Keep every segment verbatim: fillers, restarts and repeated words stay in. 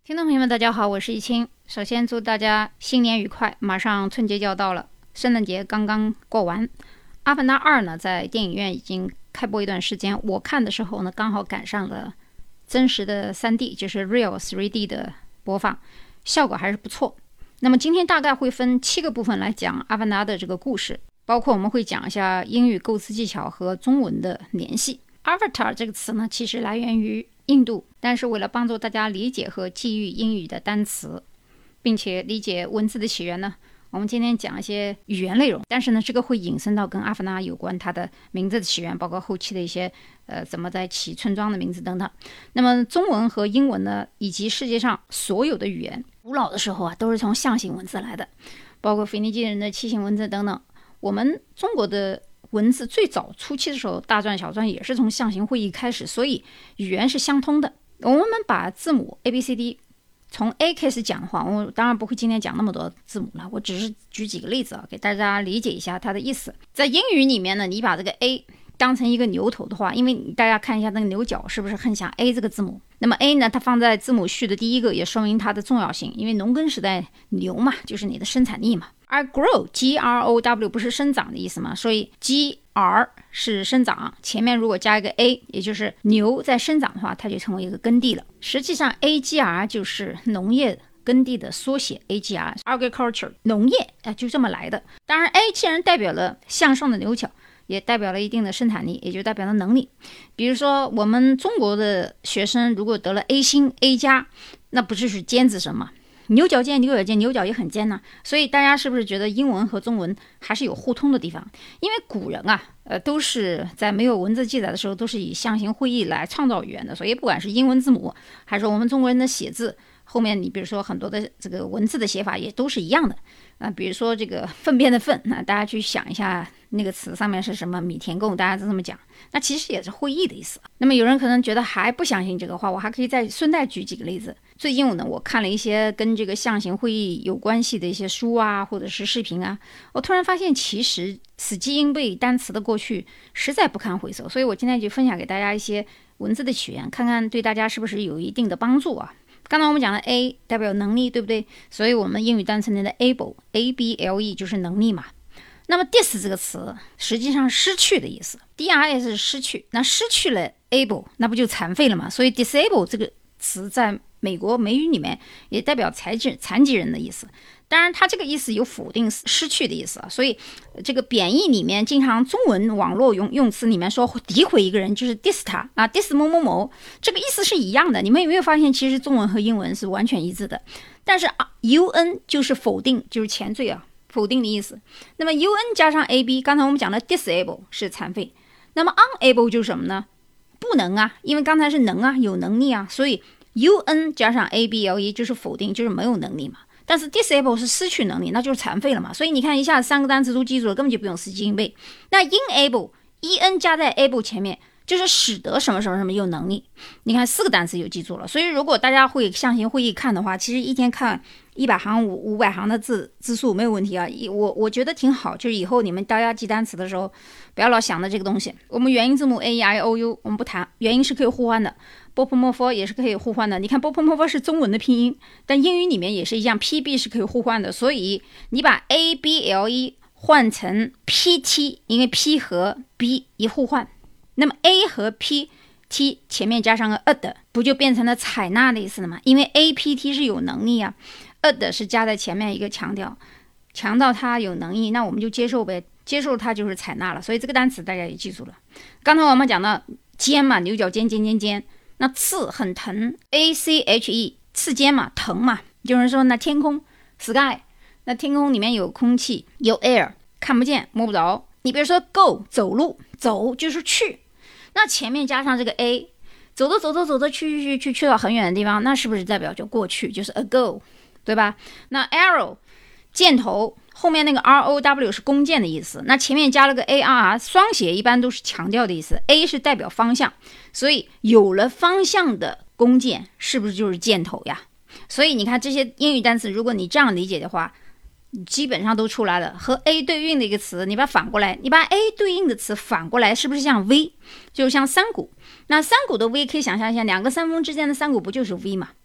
听众朋友们大家好，我是易清。首先祝大家新年愉快，马上春节就要到了，圣诞节刚刚过完。阿凡达二呢在电影院已经开播一段时间，我看的时候呢刚好赶上了真实的 三 D 就是 Real 三 D 的播放，效果还是不错。那么今天大概会分七个部分来讲阿凡达的这个故事，包括我们会讲一下英语构词技巧和中文的联系。 Avatar 这个词呢其实来源于印度，但是为了帮助大家理解和记忆英语的单词，并且理解文字的起源呢，我们今天讲一些语言内容，但是呢这个会引申到跟阿凡达有关，它的名字的起源，包括后期的一些呃怎么在起村庄的名字等等。那么中文和英文呢，以及世界上所有的语言，古老的时候啊都是从象形文字来的，包括腓尼基人的楔形文字等等。我们中国的文字最早初期的时候，大篆小篆也是从象形会意开始，所以语言是相通的。我们把字母 A B C D 从 A 开始讲的话，我当然不会今天讲那么多字母了，我只是举几个例子啊，给大家理解一下它的意思。在英语里面呢，你把这个 A 当成一个牛头的话，因为大家看一下那个牛角是不是很像 A 这个字母，那么 A 呢它放在字母序的第一个，也说明它的重要性，因为农耕时代牛嘛就是你的生产力嘛。而 grow G R O W 不是生长的意思嘛，所以 G R 是生长，前面如果加一个 A， 也就是牛在生长的话，它就成为一个耕地了。实际上 A G R 就是农业耕地的缩写 A G R agriculture 农业、呃、就这么来的。当然 A 既然代表了向上的牛角，也代表了一定的生产力，也就代表了能力。比如说我们中国的学生如果得了 A 星 A 加，那不就是尖子生吗？牛角尖牛角尖，牛角也很尖呢、啊。所以大家是不是觉得英文和中文还是有互通的地方？因为古人啊呃，都是在没有文字记载的时候都是以象形会意来创造语言的，所以不管是英文字母还是我们中国人的写字，后面你比如说很多的这个文字的写法也都是一样的啊、呃，比如说这个粪便的粪，那大家去想一下那个词上面是什么，米田共，大家都这么讲，那其实也是会意的意思。那么有人可能觉得还不相信这个话，我还可以再顺带举几个例子。最近呢，我看了一些跟这个象形会意有关系的一些书啊，或者是视频啊，我突然发现其实死记硬背单词的过去实在不堪回首，所以我今天就分享给大家一些文字的起源，看看对大家是不是有一定的帮助啊。刚才我们讲的 A 代表能力，对不对？所以我们英语单词里的 able A B L E 就是能力嘛。那么 dis 这个词实际上失去的意思， D R S 是失去，那失去了 able 那不就残废了吗？所以 disable 这个词在美国美语里面也代表残疾残疾人的意思。当然它这个意思有否定失去的意思啊，所以这个贬义里面经常中文网络用用词里面说诋毁一个人就是 diss 他啊 diss 某某某，这个意思是一样的。你们有没有发现其实中文和英文是完全一致的？但是啊 un 就是否定，就是前缀啊，否定的意思。那么 un 加上 ab， 刚才我们讲的 disable 是残废，那么 unable 就是什么呢？不能啊，因为刚才是能啊，有能力啊，所以 un 加上 able 就是否定，就是没有能力嘛。但是 disable 是失去能力，那就是残废了嘛。所以你看一下子三个单词都记住了，根本就不用死记硬背。那 enable en 加在 able 前面就是使得什么什么什么有能力，你看四个单词就记住了。所以如果大家会象形会意看的话，其实一天看一百行五五百行的字字数没有问题啊。我我觉得挺好，就是以后你们大家记单词的时候不要老想着这个东西。我们元音字母 A E I O U 我们不谈，元音是可以互换的，波普莫佛也是可以互换的。你看波普莫佛是中文的拼音，但英语里面也是一样 P B 是可以互换的。所以你把 A B L E 换成 P T， 因为 P 和 B 一互换，那么 A 和 P T 前面加上个 ad 不就变成了采纳的意思了吗？因为 A P T 是有能力啊， ad 是加在前面一个强调，强调它有能力，那我们就接受呗，接受它就是采纳了。所以这个单词大家也记住了。刚才我们讲到尖嘛，牛角尖尖尖尖，那刺很疼 A C H E 刺尖嘛，疼嘛。有人说那天空 sky， 那天空里面有空气有 air， 看不见摸不着。你比如说 go 走路，走就是去，那前面加上这个 a， 走着走着走着去去去去到很远的地方，那是不是代表就过去，就是 ago， 对吧？那 arrow 箭头后面那个 R O W 是弓箭的意思，那前面加了个 A R R， 双写一般都是强调的意思， A 是代表方向，所以有了方向的弓箭是不是就是箭头呀？所以你看这些英语单词，如果你这样理解的话，基本上都出来了。和 A 对应的一个词，你把它反过来，你把 A 对应的词反过来，是不是像 V？ 就像山谷，那山谷的 V 可以想象一下，两个山峰之间的山谷不就是 V 嘛？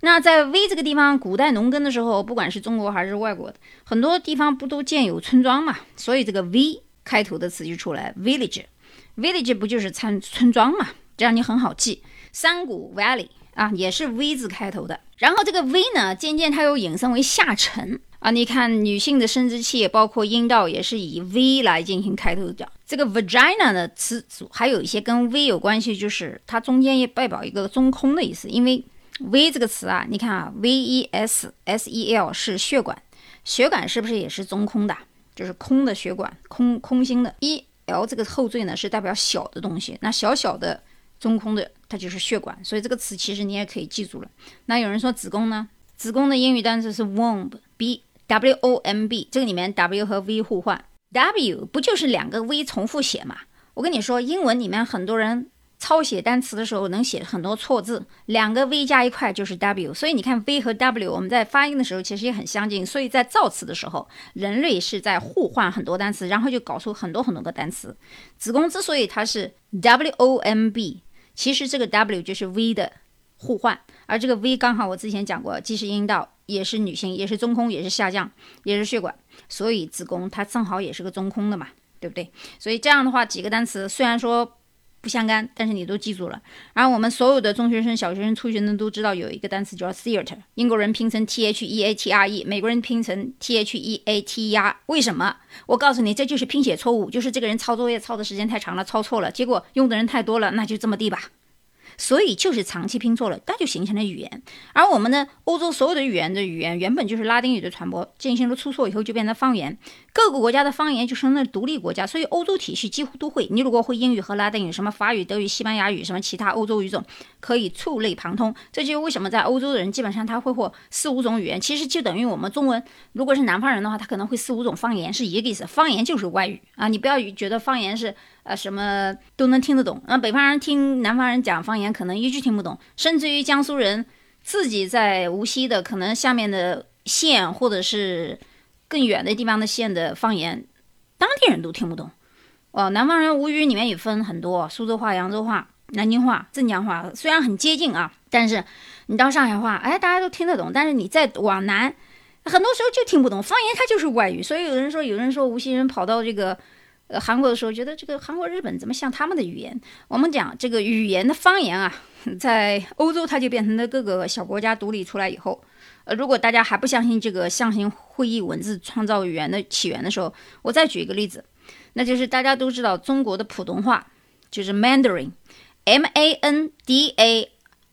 那在 V 这个地方，古代农耕的时候，不管是中国还是外国的，很多地方不都建有村庄嘛，所以这个 V 开头的词就出来 village village 不就是村村庄嘛，这样你很好记。山谷 valley 啊，也是 V 字开头的。然后这个 V 呢，渐渐它又引申为下沉啊。你看女性的生殖器，包括阴道，也是以 V 来进行开头的。这个 vagina 的词组还有一些跟 V 有关系，就是它中间也代表一个中空的意思。因为 V 这个词啊，你看啊 ，V E S S E L 是血管，血管是不是也是中空的？就是空的血管，空空心的。E L 这个后缀呢是代表小的东西，那小小的中空的它就是血管，所以这个词其实你也可以记住了。那有人说子宫呢？子宫的英语单词是 womb，B W O M B， 这个里面 W 和 V 互换 ，W 不就是两个 V 重复写嘛？我跟你说，英文里面很多人抄写单词的时候能写很多错字，两个 V 加一块就是 W， 所以你看 V 和 W 我们在发音的时候其实也很相近，所以在造词的时候，人类是在互换很多单词，然后就搞出很多很多个单词。子宫之所以它是 W O M B， 其实这个 W 就是 V 的互换，而这个 V 刚好我之前讲过，既是阴道，也是女性，也是中空，也是下降，也是血管，所以子宫它正好也是个中空的嘛，对不对？所以这样的话，几个单词虽然说不相干，但是你都记住了。然后我们所有的中学生、小学生、初学生都知道有一个单词叫 theater， 英国人拼成 T H E A T R E， 美国人拼成 T H E A T E R。 为什么？我告诉你，这就是拼写错误，就是这个人抄作业抄的时间太长了，抄错了，结果用的人太多了，那就这么地吧。所以就是长期拼错了，那就形成了语言。而我们呢，欧洲所有的语言的语言原本就是拉丁语的传播，进行了出错以后就变成方言，各个国家的方言就成了独立国家，所以欧洲体系几乎都会。你如果会英语和拉丁语，什么法语、德语、西班牙语，什么其他欧洲语种，可以触类旁通。这就是为什么在欧洲的人基本上他会或四五种语言，其实就等于我们中文，如果是南方人的话，他可能会四五种方言，是一个意思。方言就是外语啊，你不要觉得方言是呃，什么都能听得懂。那北方人听南方人讲方言，可能一句听不懂，甚至于江苏人自己在无锡的，可能下面的县或者是更远的地方的县的方言，当地人都听不懂。哦，南方人吴语里面也分很多，苏州话、扬州话、南京话、镇江话，虽然很接近啊，但是你到上海话，哎，大家都听得懂，但是你再往南，很多时候就听不懂。方言它就是外语，所以有人说，有人说无锡人跑到这个。呃，韩国的时候觉得这个韩国、日本怎么像他们的语言？我们讲这个语言的方言啊，在欧洲它就变成了各个小国家独立出来以后，呃，如果大家还不相信这个象形会意文字创造语言的起源的时候，我再举一个例子，那就是大家都知道中国的普通话就是 Mandarin，M A N D A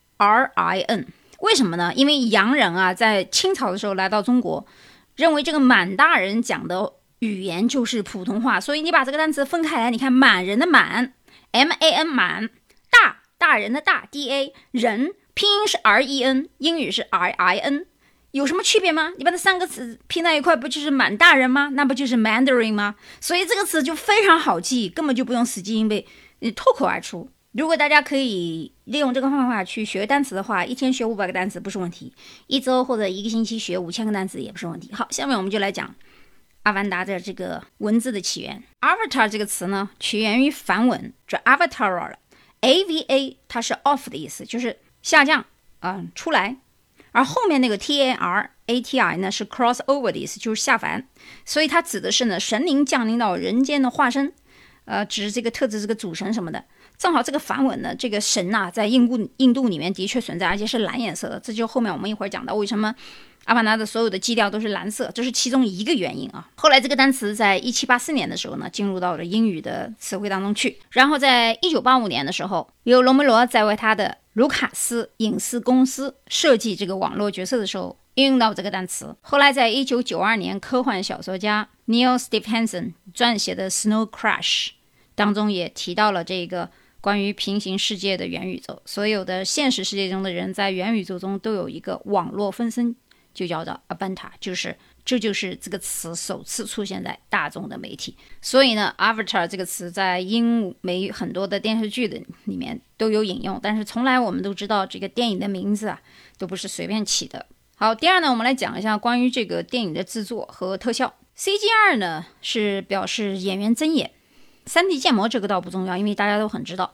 R I N， 为什么呢？因为洋人啊，在清朝的时候来到中国，认为这个满大人讲的语言就是普通话，所以你把这个单词分开来，你看满人的满 M A N 满，大大人的大 D A 人拼音是 R E N， 英语是 R I N， 有什么区别吗？你把这三个词拼在一块，不就是满大人吗？那不就是 Mandarin 吗？所以这个词就非常好记，根本就不用死记硬背，你脱口而出。如果大家可以利用这个方法去学单词的话，一天学五百个单词不是问题，一周或者一个星期学五千个单词也不是问题。好，下面我们就来讲阿凡达的这个文字的起源。 Avatar 这个词呢，起源于梵文，这 Avatar A V A 它是 off 的意思，就是下降啊、呃、出来，而后面那个 T A R A T I 呢是 cross over 的意思，就是下凡，所以它指的是呢神灵降临到人间的化身，呃，指这个特指这个主神什么的。正好这个梵文呢，这个神啊，在印度印度里面的确存在，而且是蓝颜色的，这就后面我们一会儿讲到为什么阿凡达的所有的基调都是蓝色，这是其中一个原因啊。后来这个单词在一七八四年的时候呢，进入到了英语的词汇当中去。然后在一九八五年的时候，由罗梅罗在为他的卢卡斯影视公司设计这个网络角色的时候，应用到这个单词。后来在一九九二年，科幻小说家 Neil Stephenson 撰写的 Snow Crash 当中也提到了这个关于平行世界的元宇宙，所有的现实世界中的人在元宇宙中都有一个网络分身，就叫做 Avatar， 就是这就是这个词首次出现在大众的媒体。所以呢 Avatar 这个词在英美很多的电视剧的里面都有引用，但是从来我们都知道这个电影的名字啊都不是随便起的。好，第二呢，我们来讲一下关于这个电影的制作和特效。 C G I 呢是表示演员睁眼，三 D 建模这个倒不重要，因为大家都很知道，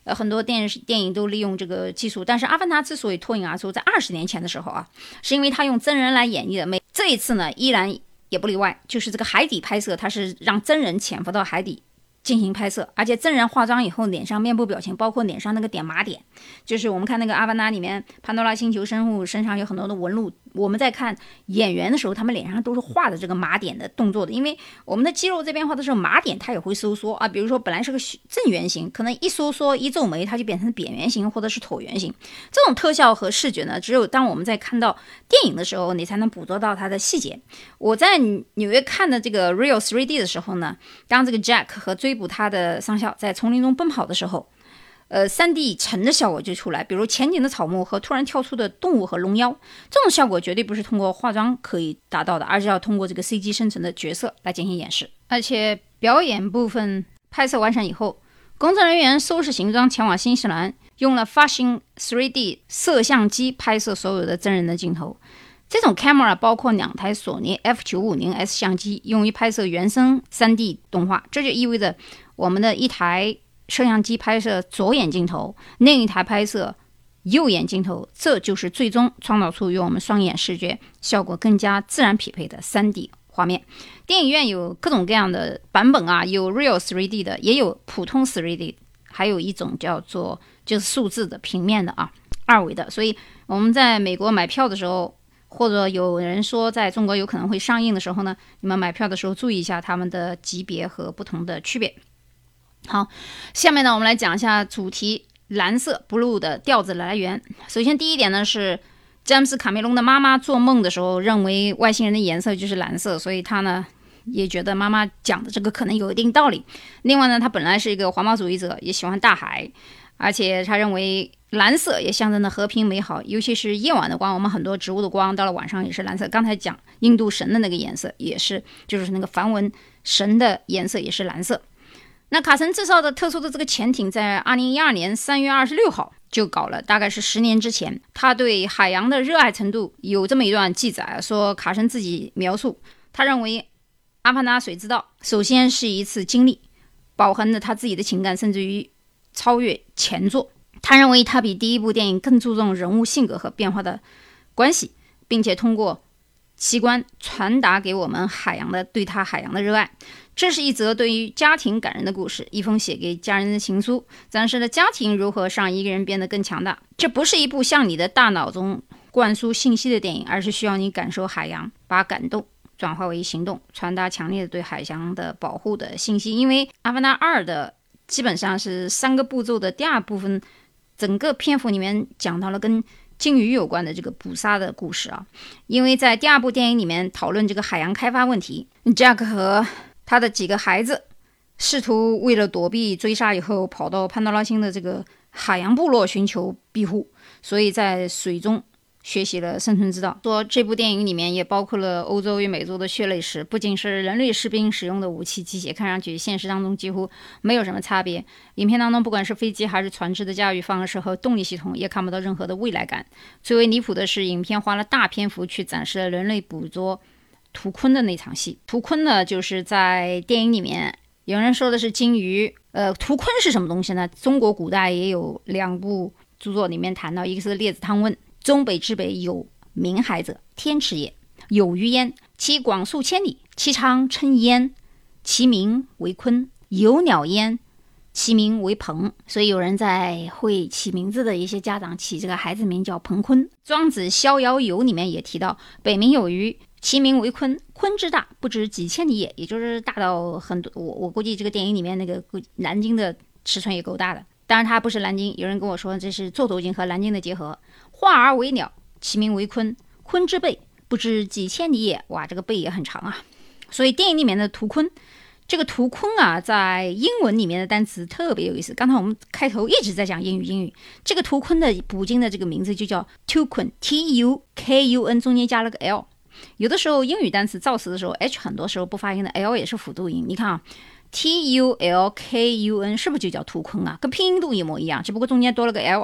呃，很多电视电影都利用这个技术。但是《阿凡达》之所以脱颖而出，在二十年前的时候啊，是因为他用真人来演绎的。每这一次呢，依然也不例外，就是这个海底拍摄，它是让真人潜伏到海底进行拍摄，而且真人化妆以后，脸上面部表情，包括脸上那个点麻点，就是我们看那个《阿凡达》里面潘多拉星球生物身上有很多的纹路。我们在看演员的时候，他们脸上都是画的这个麻点的动作的，因为我们的肌肉这边画的时候，麻点它也会收缩啊。比如说本来是个正圆形，可能一收缩一皱眉，它就变成扁圆形或者是椭圆形。这种特效和视觉呢，只有当我们在看到电影的时候，你才能捕捉到它的细节。我在纽约看的这个 Real 三 D 的时候呢，当这个 Jack 和追捕他的上校在丛林中奔跑的时候，呃 三 D 沉的效果就出来，比如前景的草木和突然跳出的动物和龙妖，这种效果绝对不是通过化妆可以达到的，而是要通过这个 C G 生成的角色来进行演示。而且表演部分拍摄完成以后，工作人员收拾行装前往新西兰，用了发行 三 D 摄像机拍摄所有的真人的镜头。这种 camera 包括两台索尼 F 九五零 S 相机，用于拍摄原生 三 D 动画。这就意味着我们的一台摄像机拍摄左眼镜头，另一台拍摄右眼镜头，这就是最终创造出与我们双眼视觉效果更加自然匹配的 三 D 画面。电影院有各种各样的版本啊，有 Real 三 D 的，也有普通 三 D， 还有一种叫做就是数字的平面的啊，二维的。所以我们在美国买票的时候，或者有人说在中国有可能会上映的时候呢，你们买票的时候注意一下他们的级别和不同的区别。好，下面呢我们来讲一下主题蓝色 blue 的调子的来源。首先第一点呢是詹姆斯卡梅隆的妈妈做梦的时候认为外星人的颜色就是蓝色，所以他呢也觉得妈妈讲的这个可能有一定道理。另外呢，他本来是一个环保主义者，也喜欢大海，而且他认为蓝色也象征着和平美好，尤其是夜晚的光，我们很多植物的光到了晚上也是蓝色。刚才讲印度神的那个颜色也是，就是那个梵文神的颜色也是蓝色。那卡神制造的特殊的这个潜艇在二零一二年三月二十六号就搞了，大概是十年之前。他对海洋的热爱程度有这么一段记载，说卡神自己描述，他认为阿凡达水之道首先是一次经历，饱含着他自己的情感，甚至于超越前作。他认为他比第一部电影更注重人物性格和变化的关系，并且通过奇观传达给我们海洋的对他海洋的热爱。这是一则对于家庭感人的故事，一封写给家人的情书，展示了家庭如何让一个人变得更强大。这不是一部向你的大脑中灌输信息的电影，而是需要你感受海洋，把感动转化为行动，传达强烈的对海洋的保护的信息。因为阿凡达二的基本上是三个步骤的第二部分，整个篇幅里面讲到了跟鲸鱼有关的这个捕杀的故事啊。因为在第二部电影里面讨论这个海洋开发问题， Jack 和他的几个孩子试图为了躲避追杀以后跑到潘多拉星的这个海洋部落寻求庇护，所以在水中学习了生存之道。说这部电影里面也包括了欧洲与美洲的血泪史，不仅是人类士兵使用的武器机械，看上去现实当中几乎没有什么差别。影片当中不管是飞机还是船只的驾驭方式和动力系统也看不到任何的未来感。最为离谱的是，影片花了大篇幅去展示了人类捕捉图鲲的那场戏。图鲲呢，就是在电影里面有人说的是鲸鱼，呃，图鲲是什么东西呢？中国古代也有两部著作里面谈到，一个是《列子汤问》，中北之北有冥海者，天池也，有鱼焉，其广数千里，其长称焉，其名为鲲；有鸟焉，其名为鹏。所以有人在会起名字的一些家长起这个孩子名叫鹏鲲。庄子逍遥游里面也提到，北冥有鱼，其名为鲲，鲲之大，不知几千里也，也就是大到很多。我我估计这个电影里面那个蓝鲸的尺寸也够大的，当然它不是蓝鲸，有人跟我说这是座头鲸和蓝鲸的结合。化而为鸟，其名为鲲，鲲之背，不知几千里也。哇，这个背也很长啊。所以电影里面的图鲲，这个图鲲啊，在英文里面的单词特别有意思。刚才我们开头一直在讲英语，英语这个图鲲的捕鲸的这个名字就叫 toucan T U K U N， 中间加了个 L。有的时候英语单词造词的时候 H 很多时候不发音的 L 也是辅读音。你看啊 T U L K U N 是不是就叫图鲲啊？跟拼音都一模一样，只不过中间多了个 L 而已。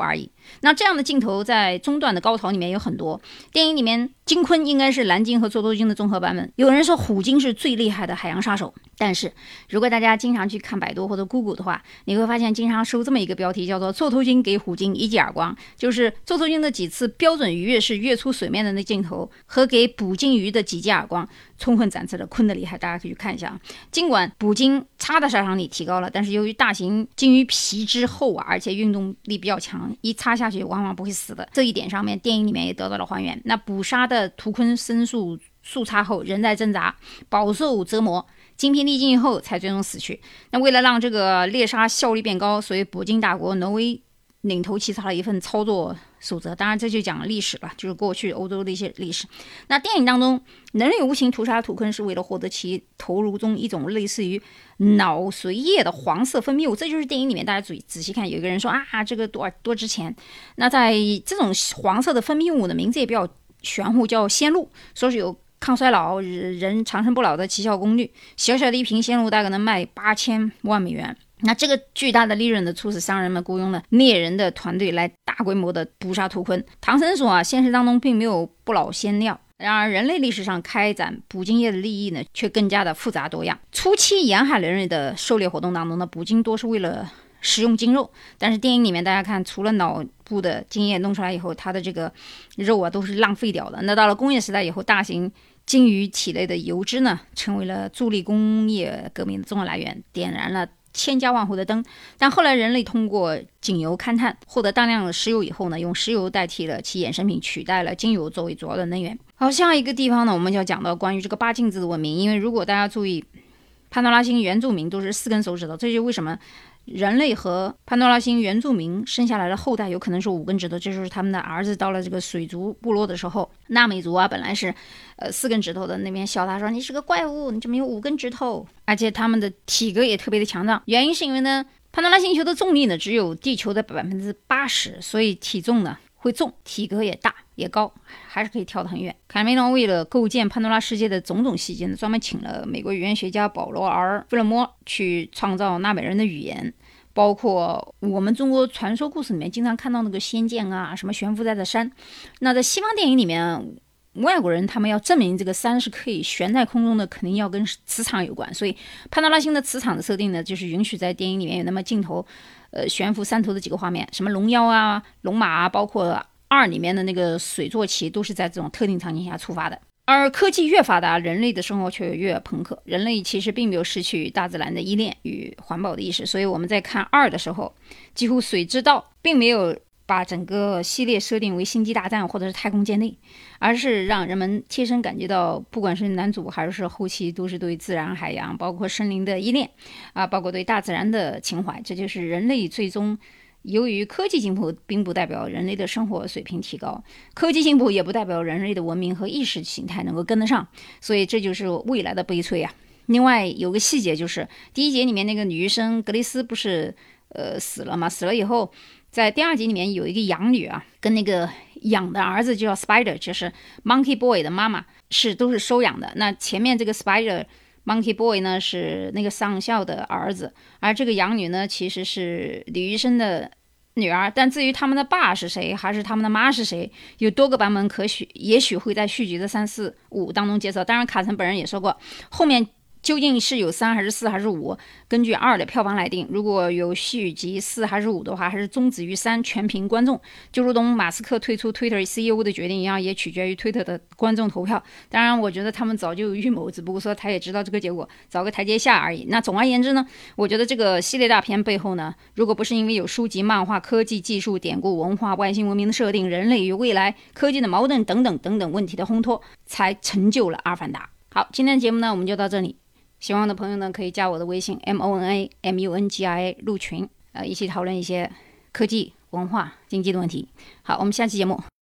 那这样的镜头在中段的高潮里面有很多。电影里面金鲲应该是蓝鲸和座头鲸的综合版本，有人说虎鲸是最厉害的海洋杀手，但是如果大家经常去看百度或者 Google 的话，你会发现经常收这么一个标题，叫做座头鲸给虎鲸一记耳光，就是座头鲸的几次标准鱼跃式跃出水面的那镜头和给捕鲸鱼的几记耳光，充分展示了鲲的厉害，大家可以去看一下。尽管捕鲸擦的杀伤力提高了，但是由于大型鲸鱼皮质厚啊，而且运动力比较强，一擦下去往往不会死的，这一点上面电影里面也得到了还原。那捕杀的图鲲申诉速擦后仍在挣扎，饱受折磨，精疲力尽以后才最终死去。那为了让这个猎杀效率变高，所以捕鲸大国挪威领头起草了一份操作守则，当然这就讲历史了，就是过去欧洲的一些历史。那电影当中，人类无情屠杀图鲲是为了获得其头颅中一种类似于脑髓液的黄色分泌物，这就是电影里面大家仔仔细看，有一个人说啊，这个多多值钱。那在这种黄色的分泌物的名字也比较玄乎，叫鲜露，说是有抗衰老、人长生不老的奇效功率，小小的一瓶鲜露大概能卖八千万美元。那这个巨大的利润的促使商人们雇佣了猎人的团队来大规模的捕杀图鲲。唐僧说啊，现实当中并没有不老鲜料，然而人类历史上开展捕鲸业的利益呢，却更加的复杂多样。初期沿海人类的狩猎活动当中呢，捕鲸多是为了食用鲸肉，但是电影里面大家看，除了脑部的精液弄出来以后，它的这个肉啊都是浪费掉的。那到了工业时代以后，大型鲸鱼体内的油脂呢，成为了助力工业革命的重要来源，点燃了千家万户的灯。但后来人类通过井油勘探获得大量的石油以后呢，用石油代替了其衍生品，取代了精油作为主要的能源。好，下一个地方呢，我们就要讲到关于这个八镜子的文明。因为如果大家注意，潘多拉星原住民都是四根手指头，这就是为什么人类和潘多拉星原住民生下来的后代有可能是五根指头，这就是他们的儿子到了这个水族部落的时候，纳美族啊本来是呃四根指头的，那边笑他说你是个怪物，你怎么有五根指头？而且他们的体格也特别的强壮，原因是因为呢潘多拉星球的重力呢只有地球的百分之八十，所以体重呢会重，体格也大也高，还是可以跳得很远。卡梅隆为了构建潘多拉世界的种种细节呢，专门请了美国语言学家保罗 R 费勒摩去创造纳美人的语言，包括我们中国传说故事里面经常看到那个仙剑啊，什么悬浮在的山。那在西方电影里面，外国人他们要证明这个山是可以悬在空中的，肯定要跟磁场有关，所以潘多拉星的磁场的设定呢，就是允许在电影里面有那么镜头呃悬浮山头的几个画面，什么龙妖啊、龙马啊，包括二里面的那个水坐骑，都是在这种特定场景下触发的。而科技越发达，人类的生活却越朋克。人类其实并没有失去大自然的依恋与环保的意识，所以我们在看二的时候，几乎水之道并没有把整个系列设定为星际大战或者是太空舰队，而是让人们贴身感觉到，不管是男主还是后期，都是对自然、海洋包括森林的依恋啊，包括对大自然的情怀。这就是人类最终由于科技进步并不代表人类的生活水平提高，科技进步也不代表人类的文明和意识形态能够跟得上，所以这就是未来的悲催啊。另外有个细节，就是第一节里面那个女医生格蕾丝不是呃死了吗？死了以后，在第二集里面有一个养女啊，跟那个养的儿子就叫 Spider， 就是 Monkey Boy 的妈妈是都是收养的。那前面这个 Spider Monkey Boy 呢是那个上校的儿子，而这个养女呢其实是吕医生的女儿。但至于他们的爸是谁，还是他们的妈是谁，有多个版本，可许也许会在续集的三四五当中介绍。当然卡森本人也说过，后面究竟是有三还是四还是五，根据二的票房来定。如果有续集四还是五的话，还是终止于三，全凭观众。就如同马斯克退出 Twitter C E O 的决定一样，也取决于 Twitter 的观众投票。当然我觉得他们早就有预谋，只不过说他也知道这个结果，找个台阶下而已。那总而言之呢，我觉得这个系列大片背后呢，如果不是因为有书籍、漫画、科技技术、典故、文化、外星文明的设定、人类与未来科技的矛盾等等等等问题的烘托，才成就了阿凡达。好，今天的节目呢我们就到这里，喜欢的朋友呢可以加我的微信 M O N A M U N G I A 入群，呃，一起讨论一些科技、文化、经济的问题。好，我们下期节目